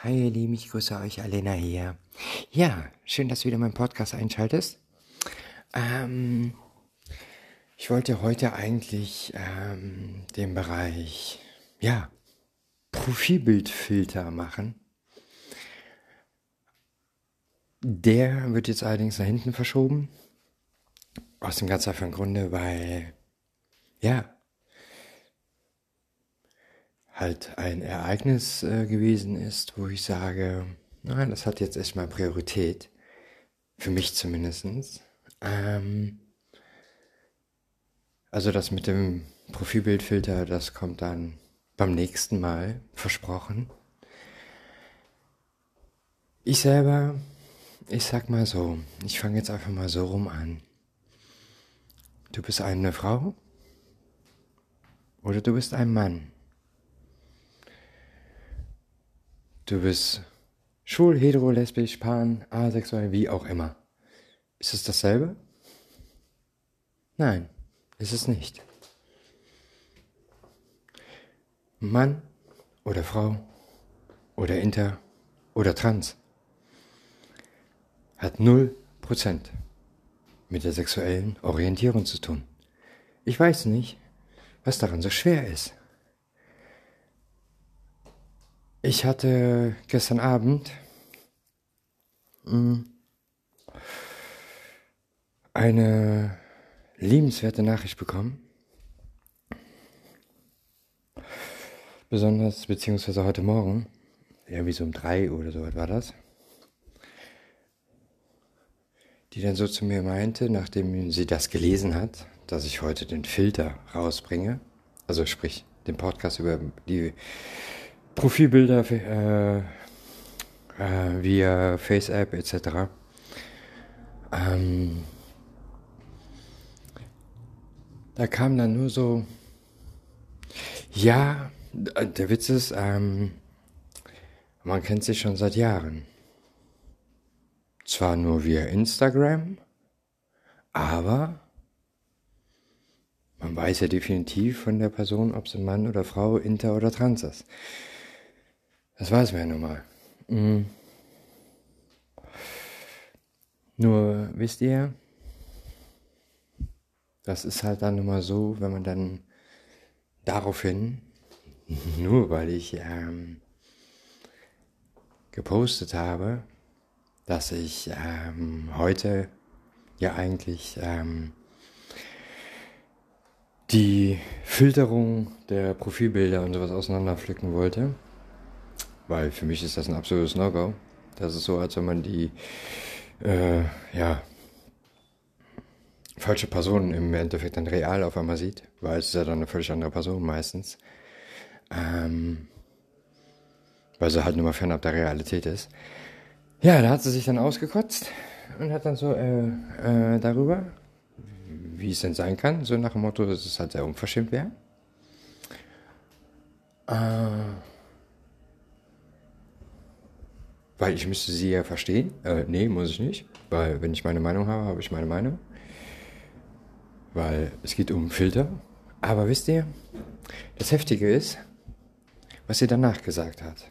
Hi ihr Lieben, ich grüße euch, Alena hier. Ja, schön, dass du wieder meinen Podcast einschaltest. Ich wollte heute eigentlich den Bereich, Profilbildfilter machen. Der wird jetzt allerdings nach hinten verschoben. Aus dem ganz einfachen Grunde, weil, halt ein Ereignis gewesen ist, wo ich sage, nein, das hat jetzt erstmal Priorität. Für mich zumindestens. Also das mit dem Profilbildfilter, das kommt dann beim nächsten Mal, versprochen. Ich selber, ich sag mal so, ich fange jetzt einfach mal so rum an. Du bist eine Frau oder du bist ein Mann. Du bist schwul, hetero, lesbisch, pan, asexuell, wie auch immer. Ist es dasselbe? Nein, ist es nicht. Mann oder Frau oder inter oder trans hat 0% mit der sexuellen Orientierung zu tun. Ich weiß nicht, was daran so schwer ist. Ich hatte gestern Abend eine liebenswerte Nachricht bekommen. Besonders, beziehungsweise heute Morgen, irgendwie so um 3 oder so war das, die dann so zu mir meinte, nachdem sie das gelesen hat, dass ich heute den Filter rausbringe, also sprich den Podcast über die Profilbilder via FaceApp etc. Da kam dann nur so, ja, der Witz ist, man kennt sich schon seit Jahren. Zwar nur via Instagram, aber man weiß ja definitiv von der Person, ob sie Mann oder Frau, inter oder trans ist. Das weiß man ja nun mal. Nur, wisst ihr, das ist halt dann immer so, wenn man dann daraufhin, nur weil ich gepostet habe, dass ich heute ja eigentlich die Filterung der Profilbilder und sowas auseinanderpflücken wollte, weil für mich ist das ein absolutes No-Go. Das ist so, als wenn man die falsche Person im Endeffekt dann real auf einmal sieht, weil es ist ja dann eine völlig andere Person meistens, weil sie halt nur mal fernab der Realität ist. Ja, da hat sie sich dann ausgekotzt und hat dann so darüber, wie es denn sein kann, so nach dem Motto, dass es halt sehr unverschämt wäre. Weil ich müsste sie ja verstehen. Nee, muss ich nicht. Weil wenn ich meine Meinung habe, habe ich meine Meinung. Weil es geht um Filter. Aber wisst ihr, das Heftige ist, was sie danach gesagt hat.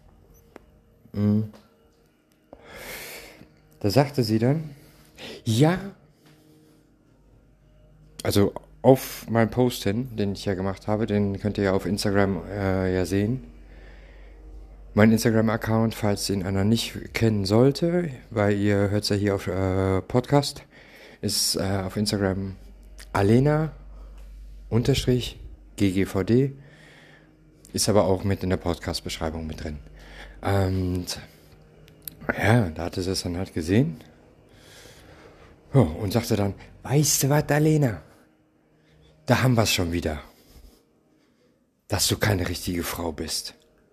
Da sagte sie dann, ja, also auf meinen Post hin, den ich ja gemacht habe, den könnt ihr ja auf Instagram ja sehen. Mein Instagram-Account, falls ihn einer nicht kennen sollte, weil ihr hört es ja hier auf Podcast, ist auf Instagram Alena_GGVD, ist aber auch mit in der Podcast-Beschreibung mit drin. Und ja, da hatte sie es dann halt gesehen. Oh, und sagte dann, weißt du was, Alena? Da haben wir es schon wieder. Dass du keine richtige Frau bist.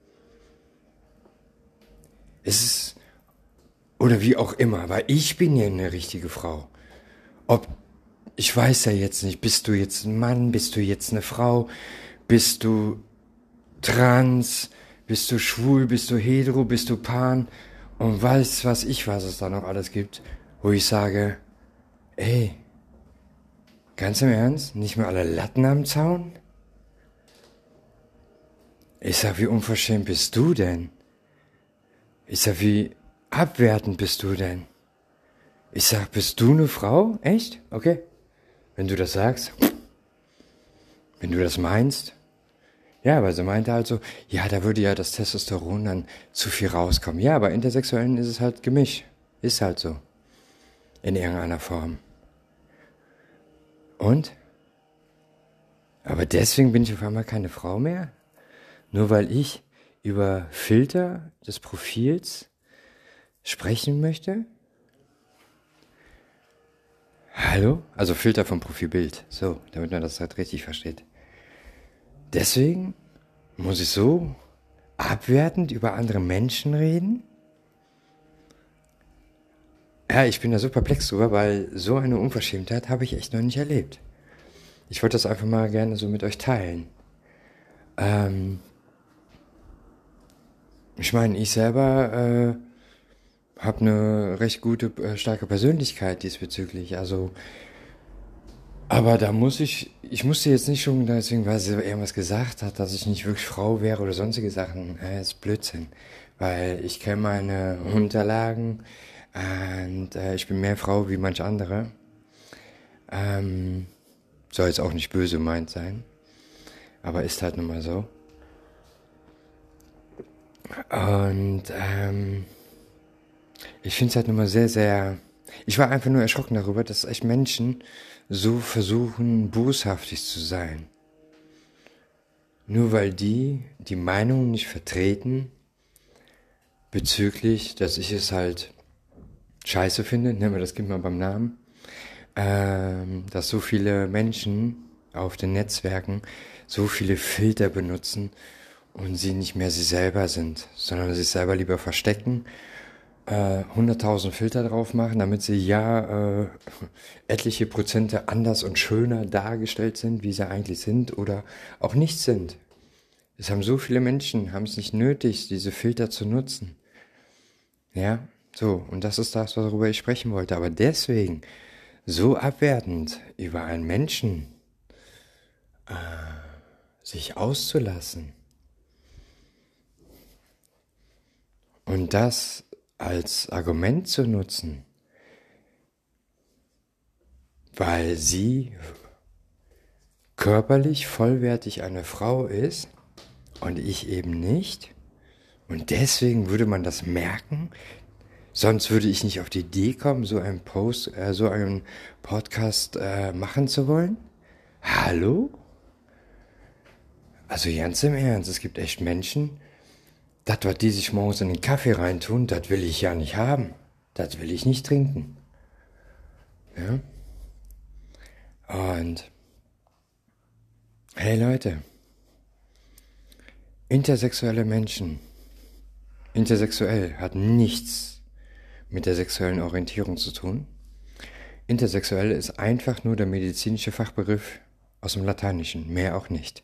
Es ist, oder wie auch immer, weil ich bin ja eine richtige Frau. Ich weiß ja jetzt nicht, bist du jetzt ein Mann, bist du jetzt eine Frau, bist du trans, bist du schwul, bist du hetero, bist du pan und weiß was es da noch alles gibt, wo ich sage, ey, ganz im Ernst, nicht mehr alle Latten am Zaun? Ich sag, wie unverschämt bist du denn? Ich sag, wie abwertend bist du denn? Ich sag, bist du eine Frau? Echt? Okay. Wenn du das sagst, wenn du das meinst. Ja, aber sie meinte halt so, ja, da würde ja das Testosteron dann zu viel rauskommen. Ja, bei Intersexuellen ist es halt Gemisch. Ist halt so. In irgendeiner Form. Und? Aber deswegen bin ich auf einmal keine Frau mehr? Nur weil ich über Filter des Profils sprechen möchte? Hallo? Also Filter vom Profilbild. So, damit man das halt richtig versteht. Deswegen muss ich so abwertend über andere Menschen reden? Ja, ich bin da so perplex drüber, weil so eine Unverschämtheit habe ich echt noch nicht erlebt. Ich wollte das einfach mal gerne so mit euch teilen. Ich meine, ich selber habe eine recht gute, starke Persönlichkeit diesbezüglich. Also, aber da ich musste jetzt nicht schon deswegen, weil sie irgendwas gesagt hat, dass ich nicht wirklich Frau wäre oder sonstige Sachen. Das ist Blödsinn. Weil ich kenne meine Unterlagen und ich bin mehr Frau wie manch andere. Soll jetzt auch nicht böse gemeint sein. Aber ist halt nun mal so. Und ich finde es halt nun mal sehr, sehr... Ich war einfach nur erschrocken darüber, dass echt Menschen so versuchen, boshaftig zu sein. Nur weil die Meinung nicht vertreten bezüglich, dass ich es halt scheiße finde, nennen wir das Kind mal beim Namen, dass so viele Menschen auf den Netzwerken so viele Filter benutzen und sie nicht mehr sie selber sind, sondern sich selber lieber verstecken, 100.000 Filter drauf machen, damit sie etliche Prozente anders und schöner dargestellt sind, wie sie eigentlich sind oder auch nicht sind. Es haben so viele Menschen, haben es nicht nötig, diese Filter zu nutzen. Ja, so, und das ist das, worüber ich sprechen wollte. Aber deswegen so abwertend über einen Menschen sich auszulassen und das als Argument zu nutzen, weil sie körperlich vollwertig eine Frau ist und ich eben nicht. Und deswegen würde man das merken. Sonst würde ich nicht auf die Idee kommen, so einen Podcast machen zu wollen. Hallo? Also ganz im Ernst, es gibt echt Menschen, das, was die sich morgens in den Kaffee reintun, das will ich ja nicht haben. Das will ich nicht trinken. Ja? Und hey Leute, intersexuell hat nichts mit der sexuellen Orientierung zu tun. Intersexuell ist einfach nur der medizinische Fachbegriff aus dem Lateinischen, mehr auch nicht.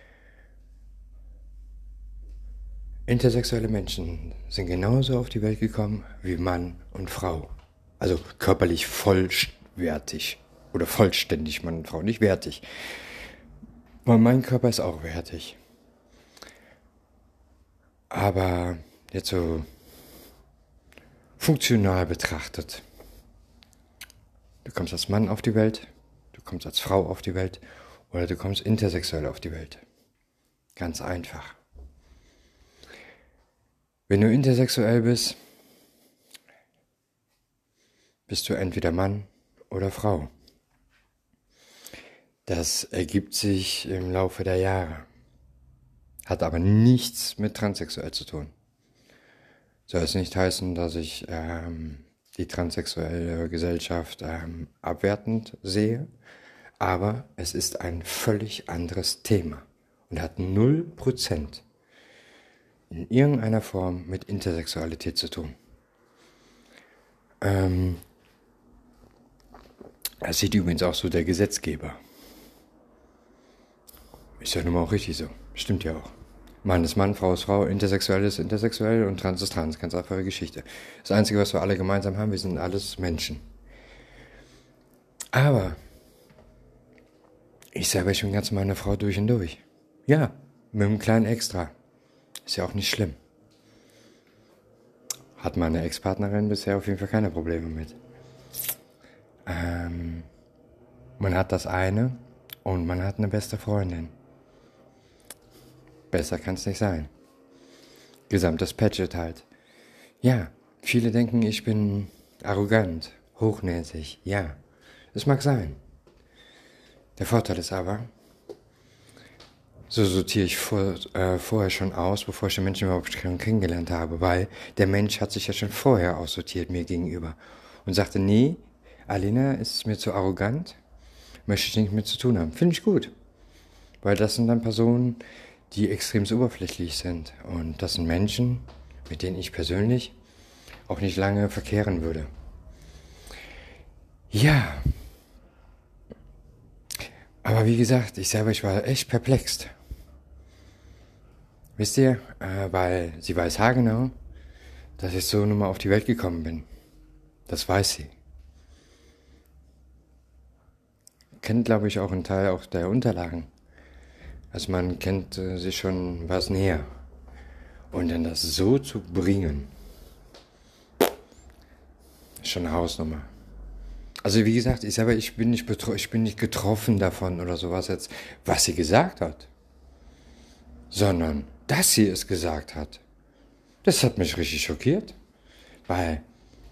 Intersexuelle Menschen sind genauso auf die Welt gekommen wie Mann und Frau. Also körperlich vollwertig oder vollständig Mann und Frau, nicht wertig. Weil mein Körper ist auch wertig. Aber jetzt so funktional betrachtet. Du kommst als Mann auf die Welt, du kommst als Frau auf die Welt oder du kommst intersexuell auf die Welt. Ganz einfach. Wenn du intersexuell bist, bist du entweder Mann oder Frau. Das ergibt sich im Laufe der Jahre. Hat aber nichts mit transsexuell zu tun. Soll es nicht heißen, dass ich die transsexuelle Gesellschaft abwertend sehe, aber es ist ein völlig anderes Thema und hat 0% in irgendeiner Form mit Intersexualität zu tun. Das sieht übrigens auch so der Gesetzgeber. Ist ja nun mal auch richtig so. Stimmt ja auch. Mann ist Mann, Frau ist Frau, intersexuell ist intersexuell und trans ist trans. Ganz einfache Geschichte. Das Einzige, was wir alle gemeinsam haben, wir sind alles Menschen. Aber ich selber, ich bin ganz meine Frau durch und durch. Ja, mit einem kleinen Extra. Ist ja auch nicht schlimm. Hat meine Ex-Partnerin bisher auf jeden Fall keine Probleme mit. Man hat das eine und man hat eine beste Freundin. Besser kann's nicht sein. Gesamtes Paget halt. Ja, viele denken, ich bin arrogant, hochnäsig. Ja, es mag sein. Der Vorteil ist aber, so sortiere ich vorher schon aus, bevor ich den Menschen überhaupt schon kennengelernt habe, weil der Mensch hat sich ja schon vorher aussortiert mir gegenüber und sagte, nee, Alina ist mir zu arrogant, möchte ich nichts mit zu tun haben. Finde ich gut, weil das sind dann Personen, die extrem oberflächlich sind und das sind Menschen, mit denen ich persönlich auch nicht lange verkehren würde. Ja, aber wie gesagt, ich war echt perplex. Wisst ihr, weil sie weiß haargenau, dass ich so nun mal auf die Welt gekommen bin. Das weiß sie. Kennt, glaube ich, auch einen Teil auch der Unterlagen. Also man kennt sich schon was näher. Und dann das so zu bringen, ist schon eine Hausnummer. Also wie gesagt, ich bin nicht getroffen davon oder sowas jetzt, was sie gesagt hat. Sondern, dass sie es gesagt hat. Das hat mich richtig schockiert. Weil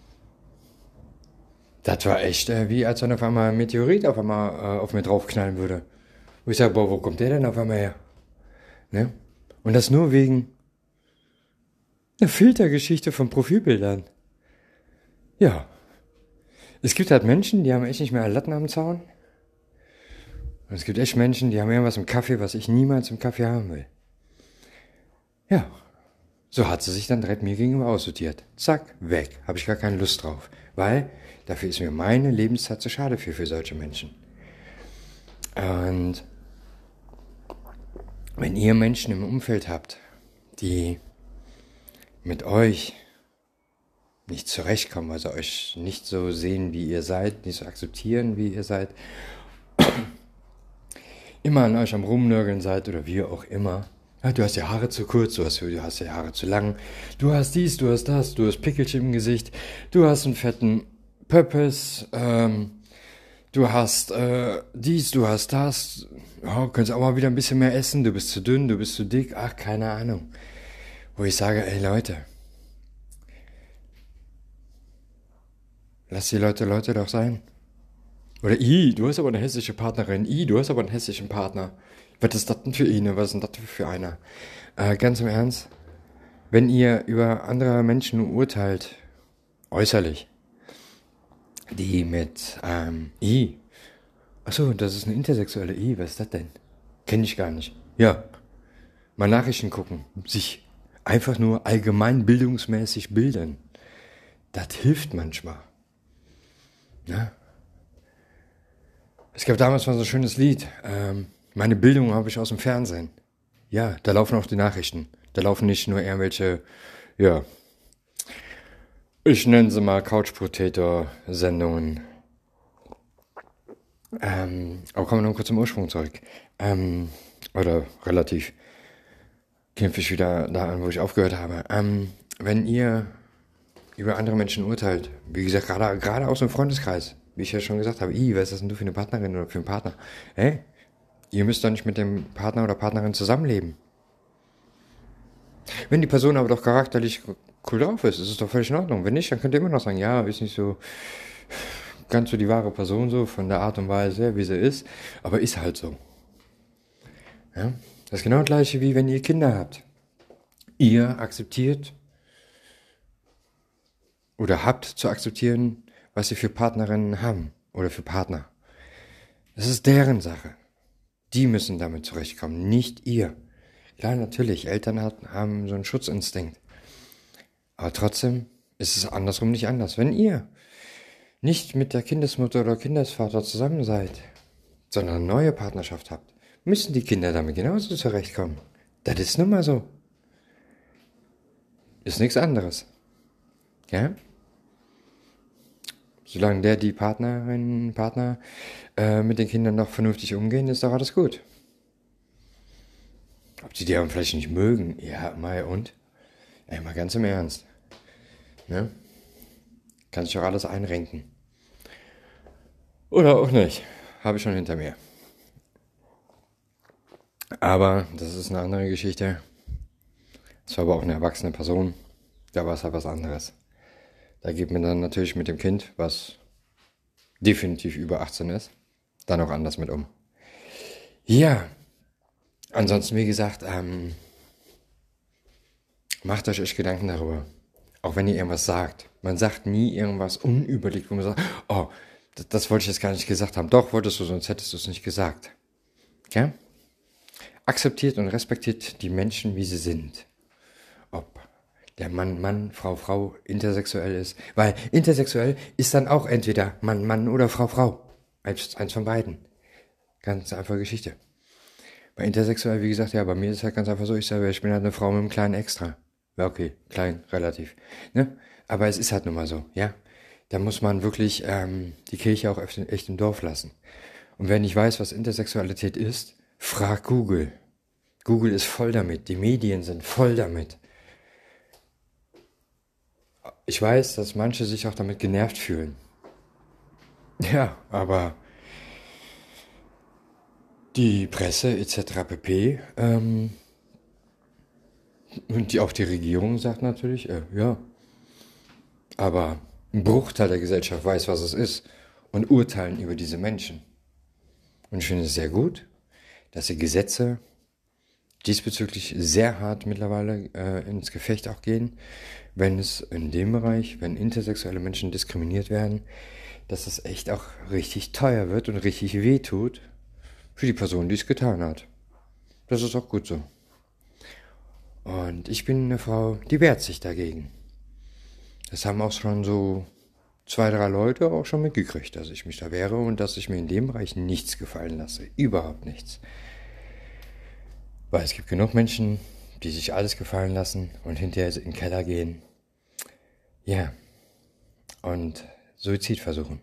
das war echt wie als wenn auf einmal ein Meteorit auf einmal auf mir draufknallen würde. Wo ich sage, boah, wo kommt der denn auf einmal her? Ne? Und das nur wegen einer Filtergeschichte von Profilbildern. Ja. Es gibt halt Menschen, die haben echt nicht mehr alle Latten am Zaun. Und es gibt echt Menschen, die haben irgendwas im Kaffee, was ich niemals im Kaffee haben will. Ja. So hat sie sich dann direkt mir gegenüber aussortiert. Zack, weg. Habe ich gar keine Lust drauf. Weil dafür ist mir meine Lebenszeit zu schade für solche Menschen. Und wenn ihr Menschen im Umfeld habt, die mit euch nicht zurechtkommen, also euch nicht so sehen, wie ihr seid, nicht so akzeptieren, wie ihr seid, immer an euch am Rumnörgeln seid oder wie auch immer. Ja, du hast die Haare zu kurz, du hast die Haare zu lang, du hast dies, du hast das, du hast Pickelchen im Gesicht, du hast einen fetten Pöppes, du hast dies, du hast das, oh, könntest auch mal wieder ein bisschen mehr essen, du bist zu dünn, du bist zu dick, ach, keine Ahnung. Wo ich sage, ey Leute, lasst die Leute doch sein. Oder, du hast aber eine hässliche Partnerin, du hast aber einen hässlichen Partner. Was ist das denn für ihn? Was ist denn das für einer? Ganz im Ernst, wenn ihr über andere Menschen urteilt, äußerlich, die mit achso, das ist eine intersexuelle was ist das denn? Kenn ich gar nicht. Ja, mal Nachrichten gucken, sich einfach nur allgemein bildungsmäßig bilden. Das hilft manchmal. Ja? Es gab damals mal so ein schönes Lied, meine Bildung habe ich aus dem Fernsehen. Ja, da laufen auch die Nachrichten. Da laufen nicht nur irgendwelche, ja, ich nenne sie mal Couch Potato Sendungen. Aber kommen wir noch kurz zum Ursprung zurück. Oder relativ kämpfe ich wieder da an, wo ich aufgehört habe. Wenn ihr über andere Menschen urteilt, wie gesagt, gerade aus dem Freundeskreis, wie ich ja schon gesagt habe, was ist das denn du für eine Partnerin oder für einen Partner? Ihr müsst doch nicht mit dem Partner oder Partnerin zusammenleben. Wenn die Person aber doch charakterlich cool drauf ist es doch völlig in Ordnung. Wenn nicht, dann könnt ihr immer noch sagen, ja, ist nicht so ganz so die wahre Person so, von der Art und Weise, wie sie ist, aber ist halt so. Ja? Das ist genau das gleiche, wie wenn ihr Kinder habt. Ihr akzeptiert oder habt zu akzeptieren, was sie für Partnerinnen haben oder für Partner. Das ist deren Sache. Die müssen damit zurechtkommen, nicht ihr. Klar, natürlich, Eltern haben so einen Schutzinstinkt. Aber trotzdem ist es andersrum nicht anders. Wenn ihr nicht mit der Kindesmutter oder Kindesvater zusammen seid, sondern eine neue Partnerschaft habt, müssen die Kinder damit genauso zurechtkommen. Das ist nun mal so. Ist nichts anderes. Ja? Solange die Partnerin, Partner mit den Kindern noch vernünftig umgehen, ist doch alles gut. Ob die aber vielleicht nicht mögen? Ja, mal und? Ey, mal ganz im Ernst. Ne? Kann sich auch alles einrenken. Oder auch nicht. Habe ich schon hinter mir. Aber das ist eine andere Geschichte. Das war aber auch eine erwachsene Person. Da war es halt was anderes. Da geht man dann natürlich mit dem Kind, was definitiv über 18 ist, dann auch anders mit um. Ja, ansonsten wie gesagt, macht euch echt Gedanken darüber. Auch wenn ihr irgendwas sagt. Man sagt nie irgendwas unüberlegt, wo man sagt, oh, das wollte ich jetzt gar nicht gesagt haben. Doch, wolltest du, sonst hättest du es nicht gesagt. Ja? Akzeptiert und respektiert die Menschen, wie sie sind. Ob der Mann, Mann, Frau, Frau intersexuell ist. Weil intersexuell ist dann auch entweder Mann, Mann oder Frau, Frau. Eins von beiden. Ganz einfache Geschichte. Bei intersexuell, wie gesagt, ja, bei mir ist es halt ganz einfach so, ich bin halt eine Frau mit einem kleinen Extra. Ja, okay, klein, relativ. Ne? Aber es ist halt nun mal so, ja. Da muss man wirklich die Kirche auch echt im Dorf lassen. Und wer nicht weiß, was Intersexualität ist, frag Google. Google ist voll damit, die Medien sind voll damit. Ich weiß, dass manche sich auch damit genervt fühlen. Ja, aber die Presse etc. pp. Und auch die Regierung sagt natürlich, ja. Aber ein Bruchteil der Gesellschaft weiß, was es ist und urteilen über diese Menschen. Und ich finde es sehr gut, dass die Gesetze diesbezüglich sehr hart mittlerweile ins Gefecht auch gehen, wenn es in dem Bereich, wenn intersexuelle Menschen diskriminiert werden, dass es echt auch richtig teuer wird und richtig wehtut für die Person, die es getan hat. Das ist auch gut so. Und ich bin eine Frau, die wehrt sich dagegen. Das haben auch schon so 2, 3 Leute auch schon mitgekriegt, dass ich mich da wehre und dass ich mir in dem Bereich nichts gefallen lasse. Überhaupt nichts. Weil es gibt genug Menschen, die sich alles gefallen lassen und hinterher in den Keller gehen. Ja. Und Suizid versuchen.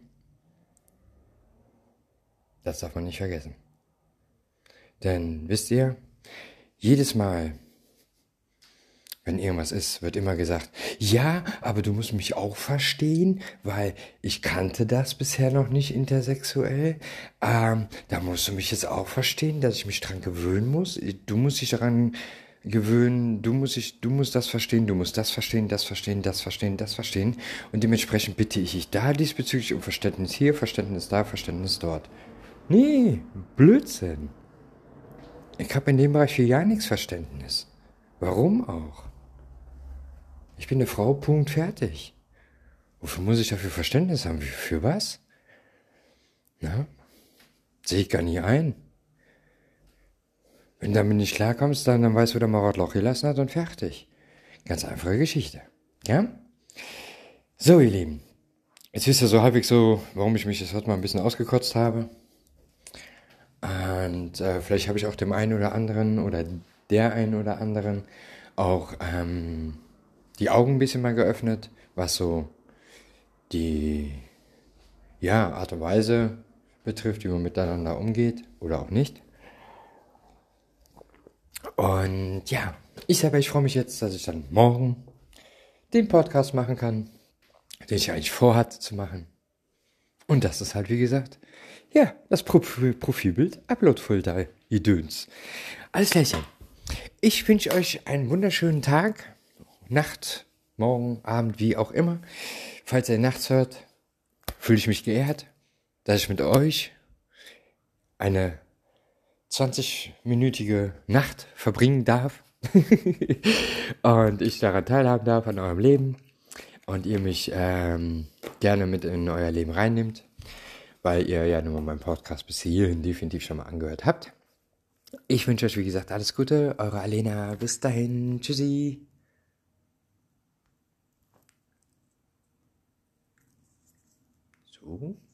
Das darf man nicht vergessen. Denn, wisst ihr, jedes Mal, wenn irgendwas ist, wird immer gesagt, ja, aber du musst mich auch verstehen, weil ich kannte das bisher noch nicht intersexuell. Da musst du mich jetzt auch verstehen, dass ich mich dran gewöhnen muss. Du musst dich daran gewöhnen, du musst das verstehen, du musst das verstehen, das verstehen, das verstehen, das verstehen. Und dementsprechend bitte ich dich da diesbezüglich um Verständnis hier, Verständnis da, Verständnis dort. Nee, Blödsinn. Ich habe in dem Bereich für ja nichts Verständnis. Warum auch? Ich bin eine Frau, Punkt, fertig. Wofür muss ich dafür Verständnis haben? Für was? Na? Sehe ich gar nie ein. Wenn du damit nicht klarkommst, dann weißt du, wer da mal was Loch gelassen hat und fertig. Ganz einfache Geschichte. Ja? So, ihr Lieben. Jetzt wisst ihr so halbwegs so, warum ich mich jetzt heute mal ein bisschen ausgekotzt habe. Und vielleicht habe ich auch dem einen oder anderen oder der einen oder anderen auch die Augen ein bisschen mal geöffnet, was so die Art und Weise betrifft, wie man miteinander umgeht oder auch nicht. Und ja, ich freue mich jetzt, dass ich dann morgen den Podcast machen kann, den ich eigentlich vorhatte zu machen. Und das ist halt, wie gesagt, ja, das Profilbild Upload-Filter, ihr Döns. Alles Klärchen. Ich wünsche euch einen wunderschönen Tag, Nacht, Morgen, Abend, wie auch immer. Falls ihr nachts hört, fühle ich mich geehrt, dass ich mit euch eine 20-minütige Nacht verbringen darf und ich daran teilhaben darf an eurem Leben und ihr mich gerne mit in euer Leben reinnimmt, weil ihr ja nun mal meinen Podcast bis hierhin definitiv schon mal angehört habt. Ich wünsche euch, wie gesagt, alles Gute. Eure Alena. Bis dahin. Tschüssi. So.